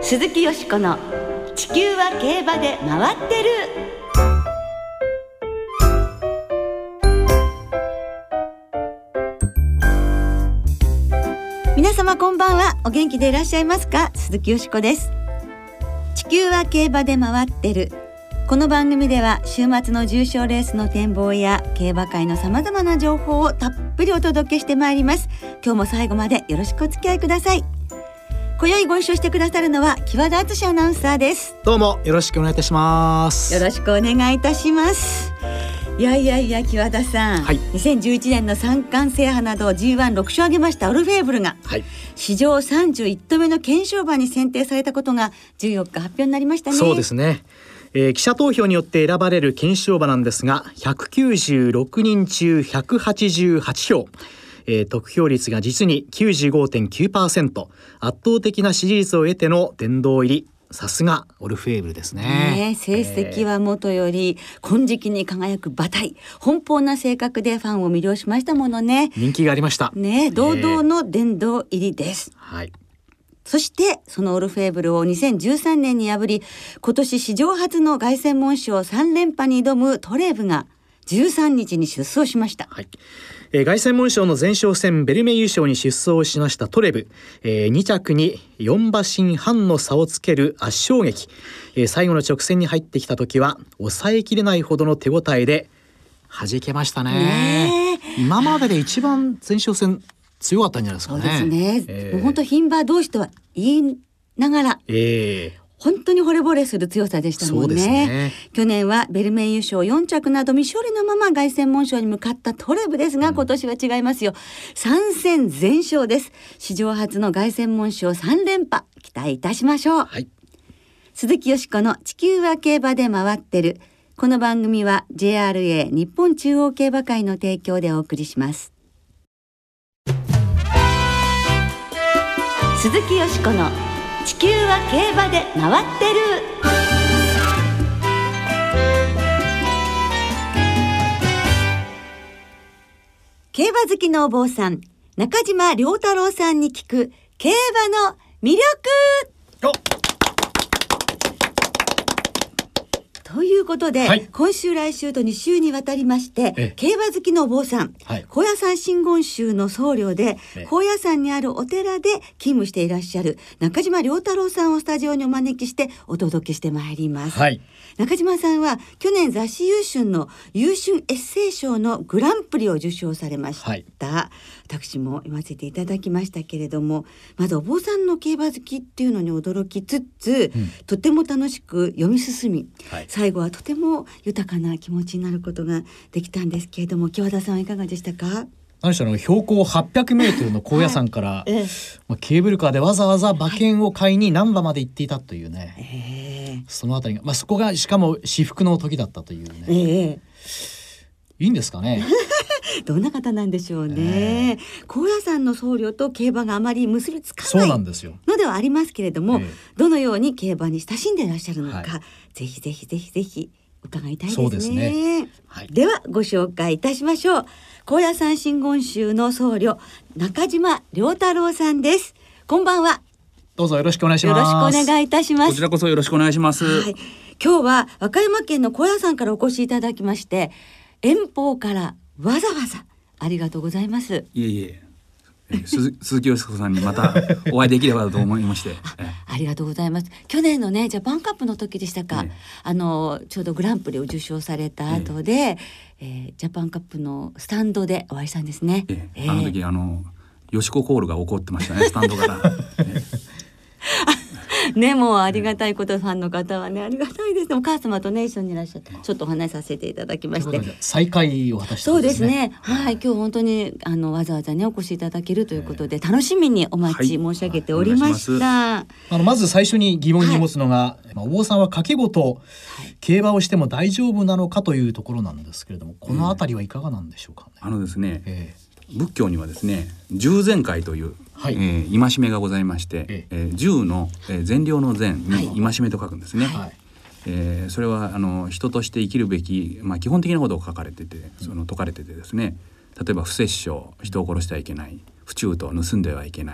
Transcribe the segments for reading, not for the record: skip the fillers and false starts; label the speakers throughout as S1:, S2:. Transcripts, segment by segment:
S1: 鈴木よしこの地球は競馬で回ってる。皆様こんばんは。お元気でいらっしゃいますか？鈴木よしこです。地球は競馬で回ってる。この番組では週末の重賞レースの展望や競馬界のさまざまな情報をたっぷりお届けしてまいります。今日も最後までよろしくお付き合いください。今宵ご一緒してくださるのは木和田敦アナウンサーです。
S2: どうもよろしくお願いいたします。
S1: よろしくお願いいたします。いや木和田さん、はい、2011年の三冠制覇など G1、6勝挙げましたオルフェーブルが、はい、史上31頭目の懸賞馬に選定されたことが14日発表になりましたね。
S2: そうですね、記者投票によって選ばれる懸賞馬なんですが、196人中188票、得票率が実に 95.9%、 圧倒的な支持率を得ての殿堂入り。さすがオルフェーブルですね。
S1: 成績はもとより金色に輝く馬体、奔放な性格でファンを魅了しましたものね。
S2: 人気がありました
S1: ね。堂々の殿堂入りです、はい。そしてそのオルフェーブルを2013年に破り、今年史上初の凱旋門賞3連覇に挑むトレーブが13日に出走しました、
S2: はい。凱旋門賞の前哨戦ベルメ優勝に出走しましたトレブ、2着に4馬身半の差をつける圧勝劇、最後の直線に入ってきた時は抑えきれないほどの手応えで弾けました ね。今までで一番前哨戦強かったんじゃないですかね。
S1: そうですね、もう本当牝馬同士とは言いながら、本当に惚れ惚れする強さでしたもん ね。去年はベルメイ優勝4着など未勝利のまま凱旋門賞に向かったトレブですが、今年は違いますよ。3戦全勝です。史上初の凱旋門賞3連覇期待いたしましょう、はい。鈴木よしこの地球は競馬で回ってる。この番組は JRA 日本中央競馬会の提供でお送りします。鈴木よしこの地球は競馬で回ってる。競馬好きのお坊さん中島良太郎さんに聞く競馬の魅力ということで、はい、今週来週と2週にわたりまして競馬好きのお坊さん、高野山真言宗の僧侶で高野山にあるお寺で勤務していらっしゃる中島良太郎さんをスタジオにお招きしてお届けしてまいります、はい。中島さんは去年雑誌優春の優春エッセイ賞のグランプリを受賞されました、はい。私も読ませていただきましたけれども、まずお坊さんの競馬好きっていうのに驚きつつ、とても楽しく読み進み、最後はとても豊かな気持ちになることができたんですけれども、木和田さんはいかがでしたか？
S2: 何しろ標高800メートルの高野山から、ケーブルカーでわざわざ馬券を買いに難波まで行っていたというね、そのあたりが、そこがしかも至福の時だったというね、いいんですかね
S1: どんな方なんでしょうね、高野山の僧侶と競馬があまり結びつかないのではありますけれども、どのように競馬に親しんでいらっしゃるのか、ぜひぜひ伺いたいですね。そうですね、はい。ではご紹介いたしましょう。高野山真言宗の僧侶中島良太郎さんです。こんばんは。
S2: どうぞよろしくお願いします。
S1: よろしくお願いいたします。
S3: こちらこそよろしくお願いします、はい。
S1: 今日は和歌山県の高野山からお越しいただきまして、遠方からわざわざありがとうございます。
S3: いえ鈴木よしこさんにまたお会いできればと思いまして
S1: ありがとうございます。去年のねジャパンカップの時でしたか、ちょうどグランプリを受賞された後で、ジャパンカップのスタンドでお会いしたんですね、
S3: あの時よしこコールが起こってましたね、スタンドから
S1: ね、もうありがたいこと、ファンの方はねありがたいですね。お母様とね一緒にいらっしゃってちょっとお話しさせていただきまして、
S2: 再会を果たした
S1: んですね。そうですね、はい。今日本当にわざわざねお越しいただけるということで、楽しみにお待ち申し上げておりました、
S2: まず最初に疑問に持つのが、お坊さんは賭け事、競馬をしても大丈夫なのかというところなんですけれども、このあたりはいかがなんでしょうかね。
S3: ですね、仏教にはですね十善戒という戒めがございまして、十の善良の善に戒めと書くんですね、それは人として生きるべき、基本的なことを書かれてて、説かれててですね、例えば不殺生、人を殺してはいけない、不中と盗んではいけない、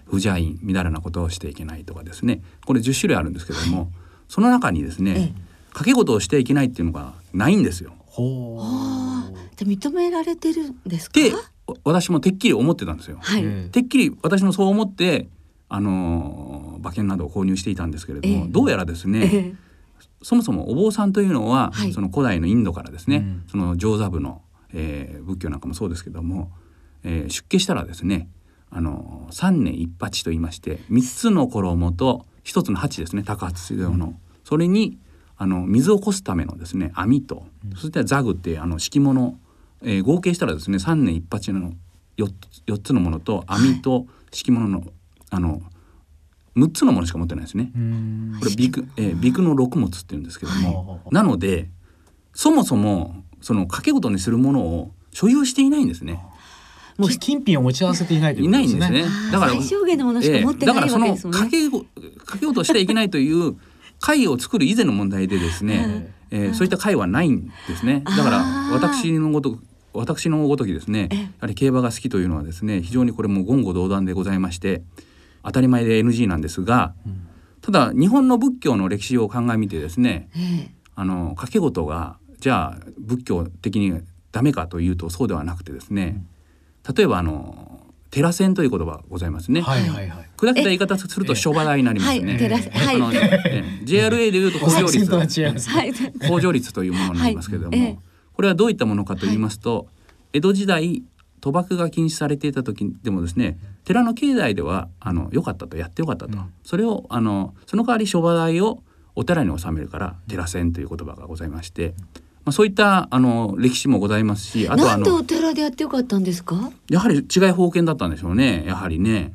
S3: 不邪因乱れなことをしていけないとかですね、これ10種類あるんですけども、その中にですね賭け事をしていけないっていうのがないんですよ。
S1: じゃ認められてるんですか？
S3: で私もてっきり思ってたんですよ。てっきり私もそう思って馬券などを購入していたんですけれども、どうやらですね、そもそもお坊さんというのは、その古代のインドからですね、その上座部の、仏教なんかもそうですけども、出家したらですね三年一鉢と言いまして、3つの衣と1つの鉢ですね、高鉢水用の、それに水をこすためのですね網と、そして座具って敷物、合計したらですね3年一鉢の 4つのものと網と敷物の6つのものしか持ってないですね。これビクの6物っていうんですけども、なのでそもそもその賭け事にするものを所有していないんですね。
S2: もう金品を持ち合わせていないということですね。
S3: いないんですね。だから
S1: 最小限のものしか持ってないわけですもんね。
S3: だからその賭け事をしてはいけないという会を作る以前の問題でですね、そういった会はないんですね。だから私のごときですね、やはり競馬が好きというのはですね、非常にこれも言語道断でございまして、当たり前で NG なんですが、ただ日本の仏教の歴史を鑑みてですね、賭け事がじゃあ仏教的にダメかというとそうではなくてですね、例えば寺銭という言葉ございますね。砕けた言い方すると諸払いになりますね。JRA でいうと控除率というものになりますけれども、これはどういったものかと言いますと、江戸時代賭博が禁止されていた時でもですね、寺の境内では良かったと、やって良かったと、それをその代わり諸払いをお寺に納めるから寺銭という言葉がございまして、そういった歴史もございますし、あと
S1: なんでお寺でやってよかったんですか？
S3: やはり違い封建だったんでしょうね、やはりね。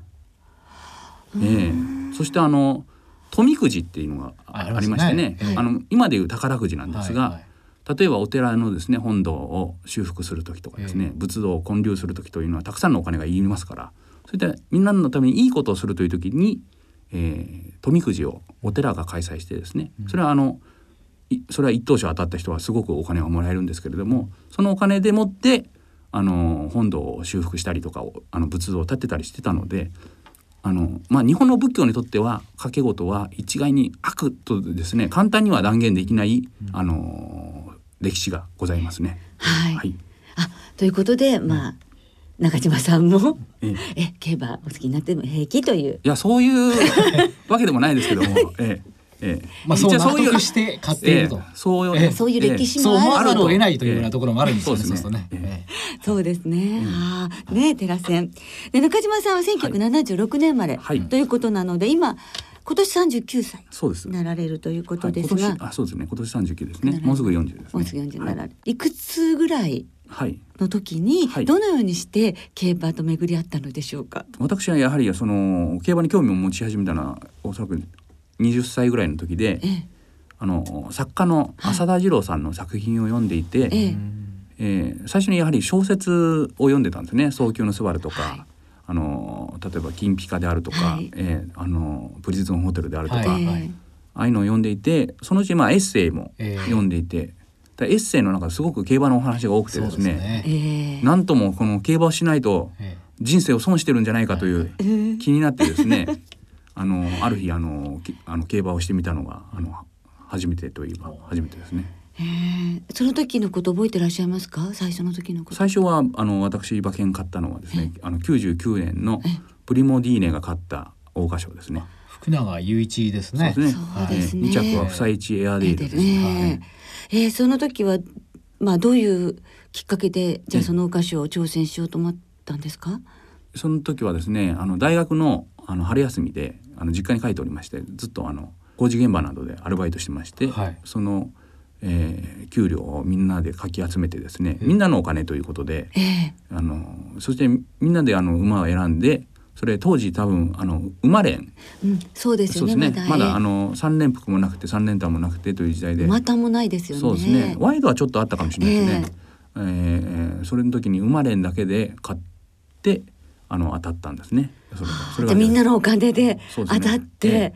S3: そして富くじっていうのがありましてね、今でいう宝くじなんですが、例えばお寺のですね本堂を修復する時とかですね、仏像を建立する時というのはたくさんのお金がいりますから、そういったみんなのためにいいことをするという時に、富くじをお寺が開催してですね、それは一等賞当たった人はすごくお金がもらえるんですけれども、そのお金でもって本堂を修復したりとか仏像を建てたりしてたので、日本の仏教にとっては賭け事は一概に悪とですね簡単には断言できない歴史がございますね。
S1: ということで、中島さんも競馬お好きになっても平気という。
S3: いやそういうわけでもないですけども。
S2: そう納得して買っていると、
S1: そういう歴史も
S2: あると得ないというようなところもあるんですよね。
S1: そうですね。寺銭で、中島さんは1976年生まれということなので、今年39歳になられるということですが、
S3: そうですね、今年39ですね。もうすぐ40ですね。
S1: もうすぐ40になられる。いくつぐらいの時にどのようにして競馬と巡り合ったのでしょうか？
S3: 私はやはりその競馬に興味を持ち始めたのはおそらく20歳ぐらいの時で、作家の浅田次郎さんの作品を読んでいて、最初にやはり小説を読んでたんですね。早急のスバルとか、例えば金ピカであるとか、プリズンホテルであるとか、ああいうのを読んでいて、そのうちエッセイも読んでいて、エッセイの中ですごく競馬のお話が多くてですね、なんともこの競馬をしないと人生を損してるんじゃないかという気になってですね、ある日競馬をしてみたのが初めてといえば初めてですね。
S1: その時のこと覚えてらっしゃいますか？最初の時のこと。
S3: 最初は私馬券買ったのはですね、99年のプリモディーネが勝った桜花賞ですね。
S2: 福永雄一ですね。
S1: そうですね。
S3: 2着は房一エアデイルですね。
S1: その時はどういうきっかけでじゃあその桜花賞を挑戦しようと思ったんですか？
S3: その時はですね、大学の春休みで実家に帰っておりまして、ずっと工事現場などでアルバイトしてまして、その、給料をみんなでかき集めてですね、みんなのお金ということで、そしてみんなで馬を選んで、それ当時多分馬連、
S1: そうですよね。
S3: まだ3連服もなくて3連単もなくてという時代で、
S1: 馬単もないですよね。
S3: そうですね。ワイドはちょっとあったかもしれないですね。それの時に馬連だけで買って当たったんですね。それが
S1: みんなのお金で当たって、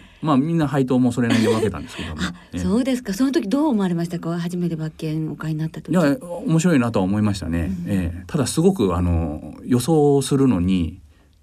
S3: みんな配当もそれなりに分けたんですけども、
S1: そうですか。その時どう思われましたか？初めて馬券お買いになった時。
S3: いや面白いなとは思いましたね。ただすごく予想するのに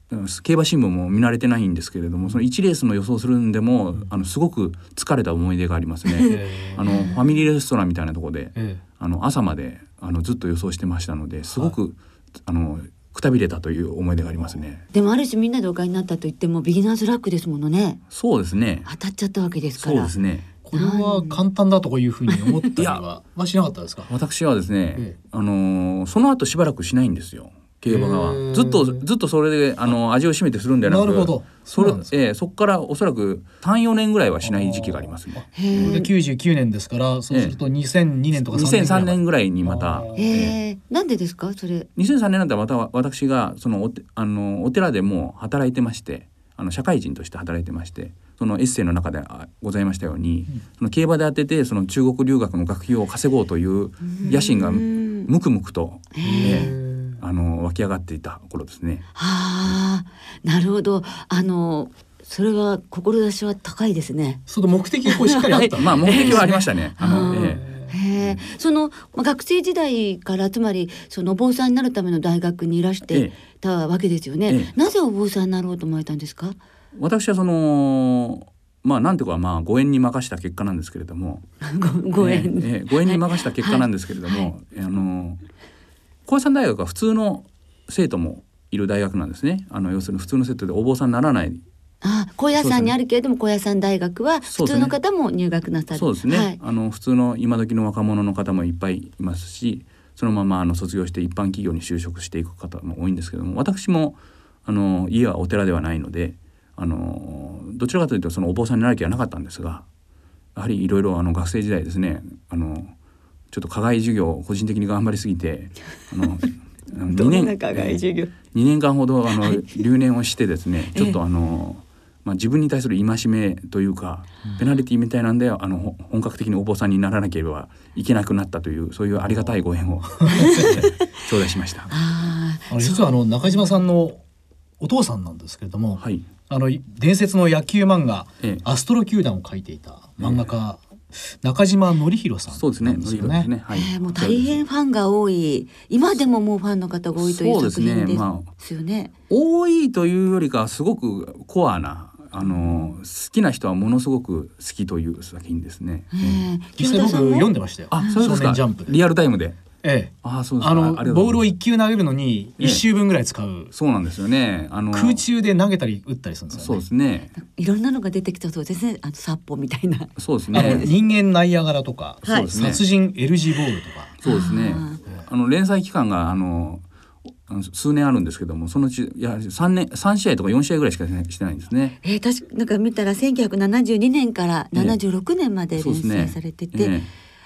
S3: 競馬新聞も見慣れてないんですけれども、その1レースの予想するんでもすごく疲れた思い出がありますね。ファミリーレストランみたいなところで朝までずっと予想してましたので、すごくくたびれたという思い出がありますね。
S1: でもある種みんなでお買いになったと言ってもビギナーズラックですものね。
S3: そうですね、
S1: 当たっちゃったわけですから。
S3: そうですね。
S2: これは簡単だとかいうふうに思ったりはしなかったですか？
S3: 私はですね、その後しばらくしないんですよ、競馬がずっとそれで味を占めてするんではなく、
S2: なるほど、
S3: そこからおそらく 3,4 年ぐらいはしない時期がありますね。
S2: で99年ですから、そうすると2002年とか
S3: 2003年ぐらいにまた、
S1: なんでですかそれ。
S3: 2003年なんてまた私がお寺でも働いてまして、社会人として働いてまして、そのエッセイの中でございましたように、その競馬で当ててその中国留学の学費を稼ごうという野心がむくむくと、湧き上がっていた頃ですね。
S1: なるほど。それは志は高いですね。
S2: その目的がしっかりあった
S3: まあ目的はありましたね。
S1: その学生時代からつまりそのお坊さんになるための大学にいらしてたわけですよね。なぜお坊さんになろうと思われたんですか？
S3: 私はなんていうかご縁に任した結果なんですけれども
S1: ご縁、
S3: ご縁に任した結果なんですけれども、高野山大学は普通の生徒もいる大学なんですね。要するに普通の生徒でお坊さんにならない。
S1: 高野山にあるけれども、高野山大学は普通の方も入学なさる。
S3: そうですね、普通の今時の若者の方もいっぱいいますし、そのまま卒業して一般企業に就職していく方も多いんですけども、私も家はお寺ではないので、どちらかというとそのお坊さんになる気はなかったんですが、やはりいろいろ学生時代ですね、ちょっと課外授業を個人的に頑張りすぎて
S1: どんな課外授業、
S3: 2年間ほど留年をしてですね、ちょっと自分に対する戒めというか、ペナルティみたいなんで本格的にお坊さんにならなければいけなくなったという、そういうありがたいご縁を頂戴しました。
S2: 実は中島さんのお父さんなんですけれども、伝説の野球漫画、アストロ球団を描いていた漫画家、中島則弘さん。
S3: そうですね、則弘ですね。
S1: もう大変ファンが多い、今でももうファンの方が多いという作品ですよね。
S3: 多いというよりかすごくコアな好きな人はものすごく好きという作品ですね。
S2: 実際僕読んでましたよ。
S3: そうですか。
S2: ジャンプで
S3: リアルタイムで。
S2: そうですか。ボールを1球投げるのに1周分ぐらい使う。
S3: そうなんですよね。
S2: 空中で投げたり打ったりするんですよね。
S3: そうですね。
S1: いろんなのが出てきたそうですね。殺法みたいな。
S3: そうですね。
S2: 人間ナイアガラとか、殺人 L 字ボールとか。
S3: そうですね。連載期間が数年あるんですけども、そのうちやはり3試合とか4試合ぐらいしかしてないんですね。
S1: 確かなんか見たら1972年から76年まで連載されてて、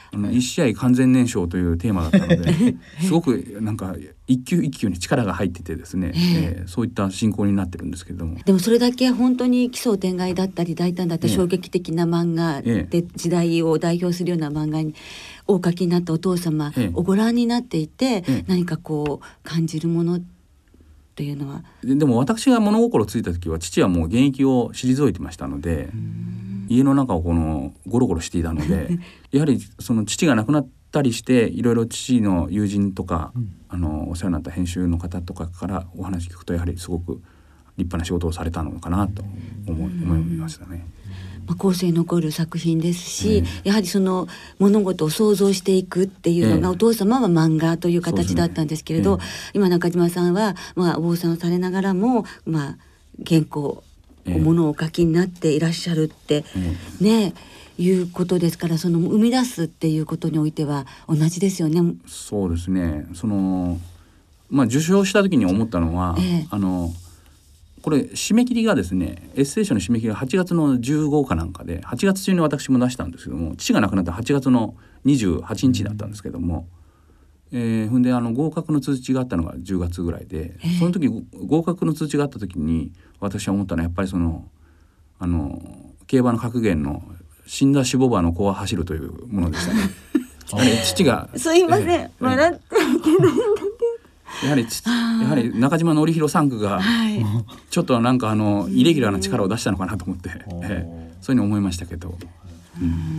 S3: 1試合完全燃焼というテーマだったのですごくなんか一球一球に力が入っててですね、そういった進行になってるんですけれども、
S1: でもそれだけ本当に奇想天外だったり大胆だった衝撃的な漫画で、時代を代表するような漫画にお書きになったお父様をご覧になっていて、何かこう感じるものというのは。
S3: でも私が物心ついた時は父はもう現役を退いてましたので、家の中をゴロゴロしていたのでやはりその父が亡くなったりして、いろいろ父の友人とか、お世話になった編集の方とかからお話聞くと、やはりすごく立派な仕事をされたのかなと思いましたね。
S1: 後世に残る作品ですし、やはりその物事を想像していくっていうのが、お父様は漫画という形だったんですけれど、今中島さんは、お坊さんをされながらも、原稿ものをお書きになっていらっしゃるってね、いうことですから、その生み出すっていうことにおいては同じですよね。
S3: そうですね。受賞した時に思ったのは、これ締め切りがですね、エッセイ賞の締め切りが8月の15かなんかで、8月中に私も出したんですけども、父が亡くなった8月の28日だったんですけども、ほんで合格の通知があったのが10月ぐらいで、その時合格の通知があった時に私は思ったのは、やっぱり競馬の格言の死んだ脂肪馬の子は走るというものでしたね。父が
S1: すいません、笑ってはいけないんだ
S3: やはり中島則弘3区がちょっとなんかイレギュラーな力を出したのかなと思って、そういうふうに思いましたけど。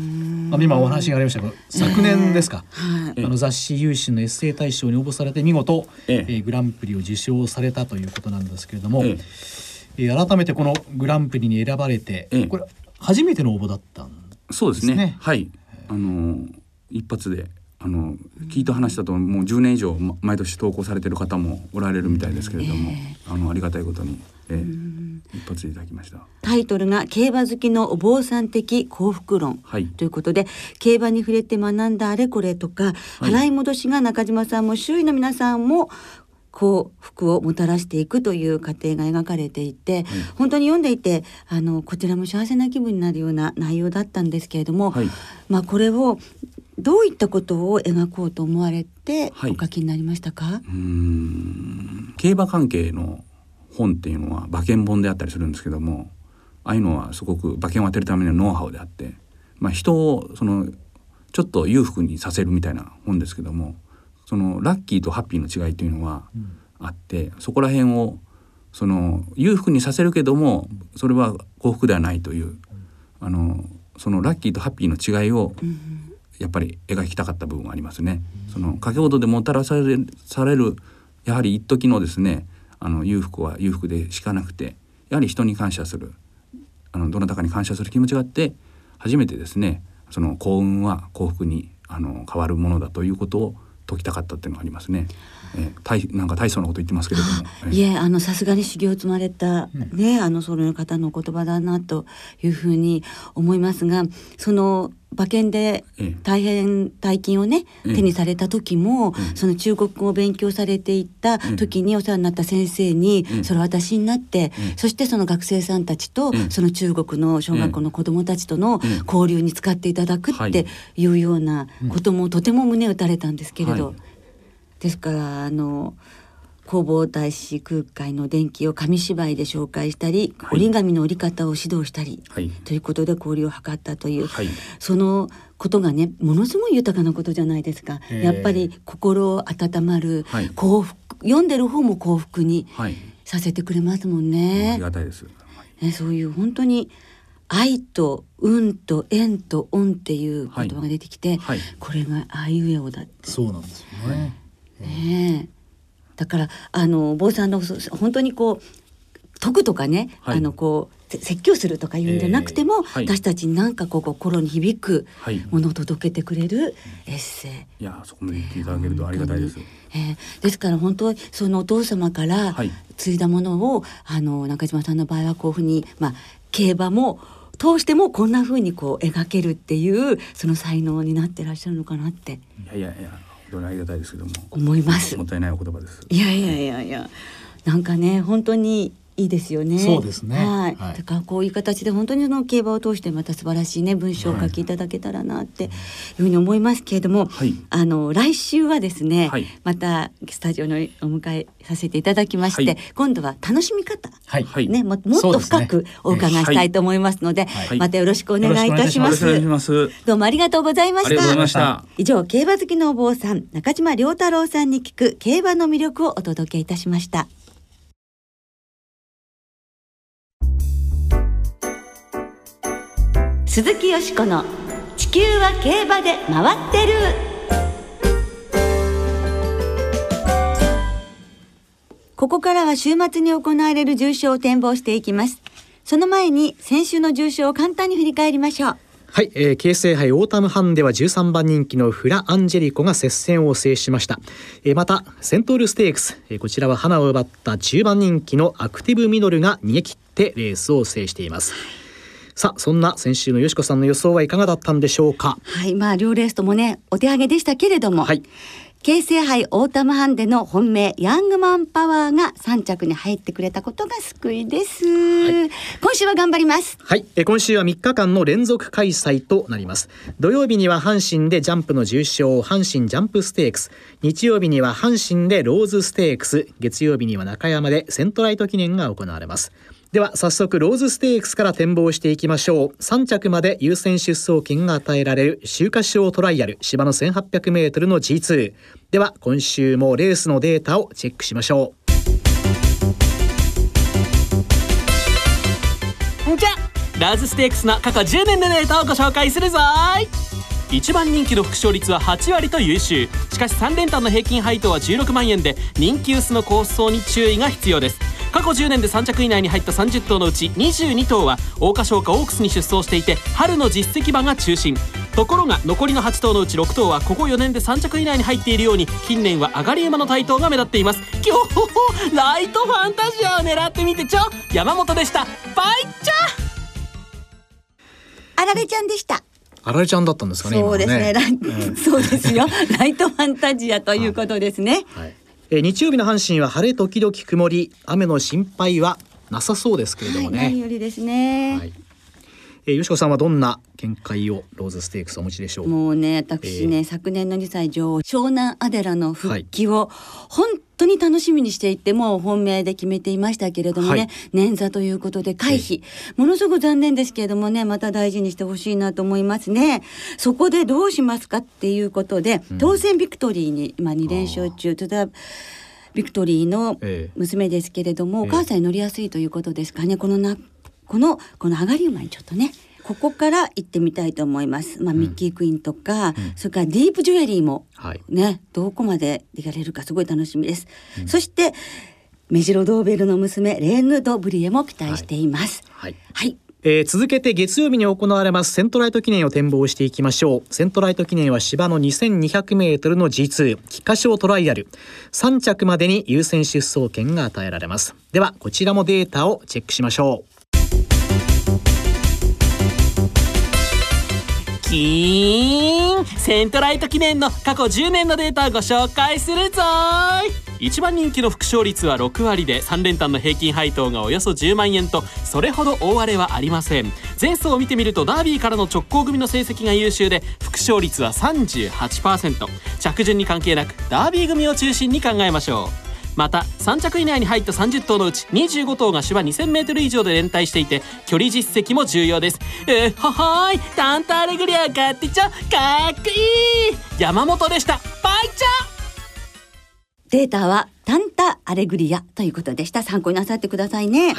S2: 今お話がありましたけど、昨年ですか、雑誌有志のエッセイ大賞に応募されて見事、グランプリを受賞されたということなんですけれども、改めてこのグランプリに選ばれて、これ初めての応募だったんですね。
S3: そうですね、はい、一発で聞いた話だともう10年以上毎年投稿されてる方もおられるみたいですけれども、ありがたいことに、一発でいただきました。
S1: タイトルが競馬好きのお坊さん的幸福論、ということで、競馬に触れて学んだあれこれとか、払い戻しが中島さんも周囲の皆さんも幸福をもたらしていくという過程が描かれていて、本当に読んでいてこちらも幸せな気分になるような内容だったんですけれども、これをどういったことを描こうと思われてお書きになりましたか？
S3: 競馬関係の本っていうのは馬券本であったりするんですけども、ああいうのはすごく馬券を当てるためのノウハウであって、人をちょっと裕福にさせるみたいな本ですけども、そのラッキーとハッピーの違いというのはあって、そこら辺を裕福にさせるけどもそれは幸福ではないという、そのラッキーとハッピーの違いをやっぱり描きたかった部分はありますね。その掛け事でもたらされるやはり一時のですね、裕福は裕福でしかなくて、やはり人に感謝する、どなたかに感謝する気持ちがあって初めてですね、その幸運は幸福に変わるものだということを解きたかったっていうのがありますね。なんか大層なこと言ってますけれども、
S1: いえ、さすがに修行を積まれた、その方の言葉だなというふうに思いますが、その馬券で大金をね、手にされた時も、その中国語を勉強されていった時にお世話になった先生に、それを私になって、そしてその学生さんたちと、その中国の小学校の子どもたちとの交流に使っていただくっていうようなこともとても胸打たれたんですけれど、ですから弘法大師空海の伝記を紙芝居で紹介したり、折り紙の折り方を指導したり、ということで交流を図ったという、そのことがね、ものすごい豊かなことじゃないですか。やっぱり心を温まる、幸福、読んでる方も幸福にさせてくれますもんね。
S3: ありがたいです。
S1: そういう本当に愛と運と縁と恩っていう言葉が出てきて、これがあいうえおだって。
S2: そうなんですよね。
S1: だから坊さんの本当にこう解くとかね、こう説教するとかいうんじゃなくても、私たちに何かこう心に響くものを届けてくれるエッセイ。
S3: いや、そこまで言っていただけるとありがたいです。
S1: ですから本当そのお父様から継いだものを、中島さんの場合はこういうふうに、競馬も通してもこんなふうにこう描けるっていうその才能になってらっしゃるのかなって。
S3: いや本当にありがたいですけども、
S1: 思います。
S3: もったいないお言葉です。
S1: いやなんかね、本当にいいですよね。
S2: そうですね。
S1: だからこういう形で本当にその競馬を通してまた素晴らしいね文章を書きいただけたらなっていうふうに思いますけれども、来週はですね、またスタジオにお迎えさせていただきまして、今度は楽しみ方、もっと深くお伺いしたいと思いますので、またよろしくお願いいたします。どうもありがとうございました。以上、競馬好きのお坊さん中島亮太郎さんに聞く競馬の魅力をお届けいたしました。鈴木よしこの地球は競馬で回ってる。ここからは週末に行われる重賞を展望していきます。その前に先週の重賞を簡単に振り返りましょう。
S2: 京成杯オータムハンでは13番人気のフラ・アンジェリコが接戦を制しました。またセントールステークス、こちらは花を奪った10番人気のアクティブミドルが逃げ切ってレースを制しています。さあ、そんな先週のよしこさんの予想はいかがだったんでしょうか。
S1: 両レースともねお手上げでしたけれども、京成杯オータムハンデの本命ヤングマンパワーが3着に入ってくれたことが救いです。今週は頑張ります。
S2: 今週は3日間の連続開催となります。土曜日には阪神でジャンプの重賞阪神ジャンプステークス、日曜日には阪神でローズステークス、月曜日には中山でセントライト記念が行われます。では早速ローズステークスから展望していきましょう。3着まで優先出走権が与えられる秋華賞トライアル芝の 1800m の G2 では、今週もレースのデータをチェックしましょ
S4: う。じゃローズステークスの過去10年のデータをご紹介するぞ。 一番人気の副勝率は8割と優秀。しかし3連単の平均配当は16万円で人気薄の構想に注意が必要です。過去10年で3着以内に入った30頭のうち22頭は桜花賞かオークスに出走していて春の実績馬が中心。ところが残りの8頭のうち6頭はここ4年で3着以内に入っているように近年は上がり馬の台頭が目立っています。きょほライトファンタジアを狙ってみてちょ。山本でした。バイチャ
S1: あられちゃんでした。
S2: あられちゃんだったんですかね。
S1: そうですね、そうですよライトファンタジアということですね。
S2: はい、日曜日の阪神は晴れ時々曇り、雨の心配はなさそうですけれどもね。
S1: 何よりですね。
S2: はい、よしこさんはどんな見解をローズステークスお持ちでしょう。
S1: もうね、私ね、昨年の2歳女王湘南アデラの復帰を本当に楽しみにしていて、もう本命で決めていましたけれどもね、捻挫ということで回避、ものすごく残念ですけれどもね、また大事にしてほしいなと思いますね。そこでどうしますかっていうことで、当選ビクトリーに今2連勝中、トゥダビクトリーの娘ですけれども、お母さんに乗りやすいということですかね。この上がり馬にちょっとね、ここから行ってみたいと思います。ミッキークイーンとか、それからディープジュエリーもね、どこまで出られるかすごい楽しみです。そしてメジロドーベルの娘レーヌ・ドブリエも期待しています。
S2: 続けて月曜日に行われますセントライト記念を展望していきましょう。セントライト記念は芝の 2200m の G2 菊花賞トライアル、3着までに優先出走権が与えられます。ではこちらもデータをチェックしましょう。
S4: セントライト記念の過去10年のデータをご紹介するぞーい。一番人気の副勝率は6割で3連単の平均配当がおよそ10万円とそれほど大荒れはありません。前走を見てみるとダービーからの直行組の成績が優秀で副勝率は 38%。 着順に関係なくダービー組を中心に考えましょう。また3着以内に入った30頭のうち25頭が芝 2000m 以上で連帯していて距離実績も重要です。はーい、タンタアレグリア買ってちょ、かっこいい。山本でした。バイチャ
S1: データはタンタアレグリアということでした。参考になさってくださいね。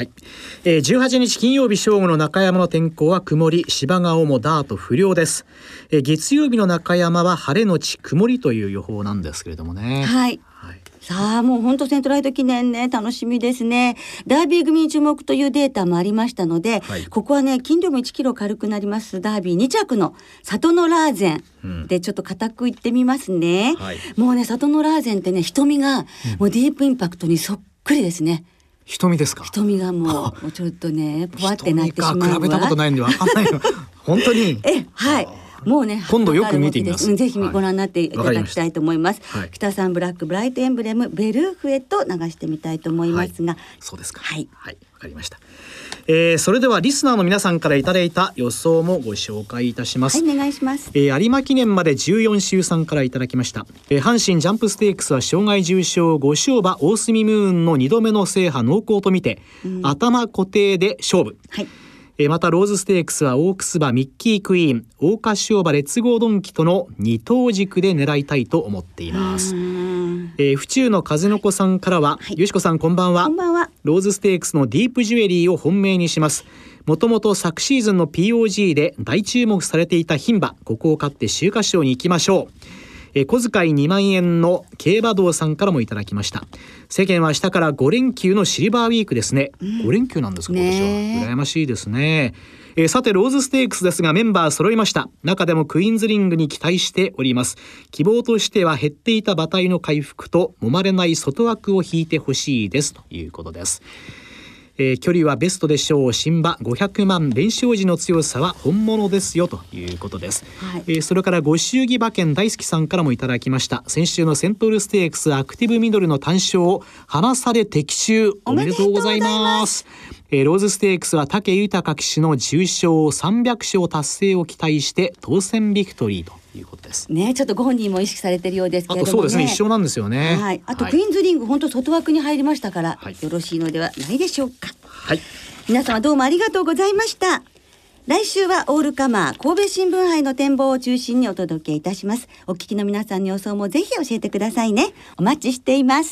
S2: 18日金曜日正午の中山の天候は曇り、芝が主ダート不良です。月曜日の中山は晴れのち曇りという予報なんですけれどもね。さ
S1: あもう本当セントライト記念ね、楽しみですね。ダービー組に注目というデータもありましたので、ここはね、斤量も1キロ軽くなりますダービー2着のサトノラーゼンでちょっと固くいってみますね。もうね、サトノラーゼンってね、瞳がもうディープインパクトにそっくりですね。
S2: 瞳ですか。
S1: 瞳がもうちょっとね、ポワってなってしまうわ。
S2: 比べたことないんで分かんないよ本当に
S1: もうね、
S2: 今度よく見てみます。
S1: ぜひご覧になっていただきたいと思います。北サンブラックブライトエンブレムベルーフへと流してみたいと思いますが、
S2: そうですか。わかりました。それではリスナーの皆さんからいただいた予想もご紹介いたします。
S1: お願いします。
S2: 有馬記念まで14週さんからいただきました。阪神ジャンプステークスは障害重賞5勝馬大隅ムーンの2度目の制覇濃厚とみて、頭固定で勝負。またローズステークスはオークス馬ミッキークイーン、桜花賞馬レッツゴードンキとの2頭軸で狙いたいと思っています。府中の風の子さんからは、よしこさんこんばんは。ローズステークスのディープジュエリーを本命にします。もともと昨シーズンの POG で大注目されていた牝馬、ここを勝って秋華賞に行きましょう。小遣い2万円の競馬道さんからもいただきました。世間は明日から5連休のシルバーウィークですね。5連休なんですか、今年は。羨ましいですね。さてローズステークスですがメンバー揃いました。中でもクイーンズリングに期待しております。希望としては減っていた馬体の回復と揉まれない外枠を引いてほしいですということです。距離はベストでしょう。新馬500万連勝時の強さは本物ですよということです。それからご祝儀馬券大好きさんからもいただきました。先週のセントルステークスアクティブミドルの単勝を離され的中、おめでとうございます。ローズステークスは武豊騎手の重賞300勝達成を期待して当選ビクトリーということです
S1: ね。ちょっとご本人も意識されているようですけれどもね。
S2: そうですね、一緒なんですよね。
S1: あとクイーンズリング本当外枠に入りましたから、よろしいのではないでしょうか。皆様どうもありがとうございました。来週はオールカマー神戸新聞杯の展望を中心にお届けいたします。お聞きの皆さんの予想もぜひ教えてくださいね。お待ちしています。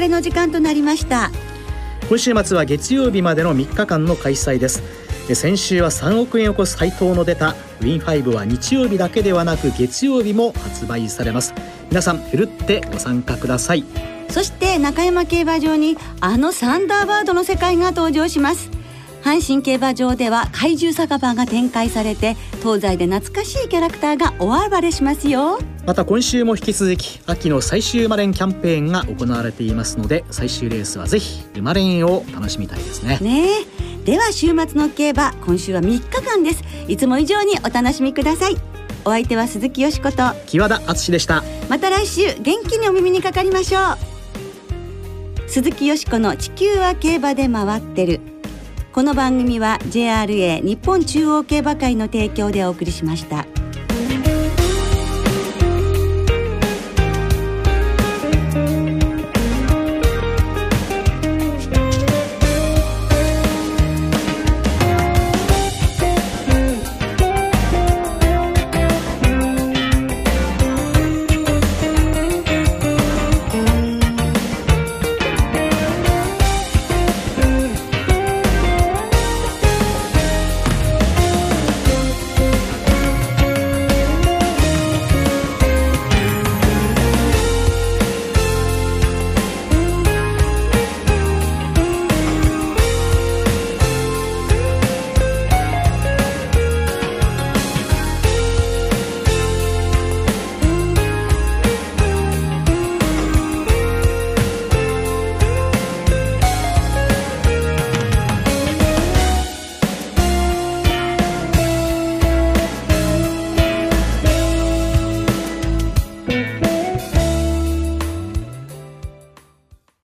S1: れの時間となりました。
S2: 今週末は月曜日までの3日間の開催です。先週は3億円を超す配当の出たウィン5は日曜日だけではなく月曜日も発売されます。皆さんふるってご参加ください。
S1: そして中山競馬場にあのサンダーバードの世界が登場します。阪神競馬場では怪獣酒場が展開されて、東西で懐かしいキャラクターが大暴れしますよ。
S2: また今週も引き続き秋の最終馬連キャンペーンが行われていますので、最終レースはぜひ馬連を楽しみたいですね。
S1: では週末の競馬、今週は3日間です。いつも以上にお楽しみください。お相手は鈴木よしこと
S2: 木和田敦でした。
S1: また来週元気にお耳にかかりましょう。鈴木よしこの地球は競馬で回ってる。この番組は JRA 日本中央競馬会の提供でお送りしました。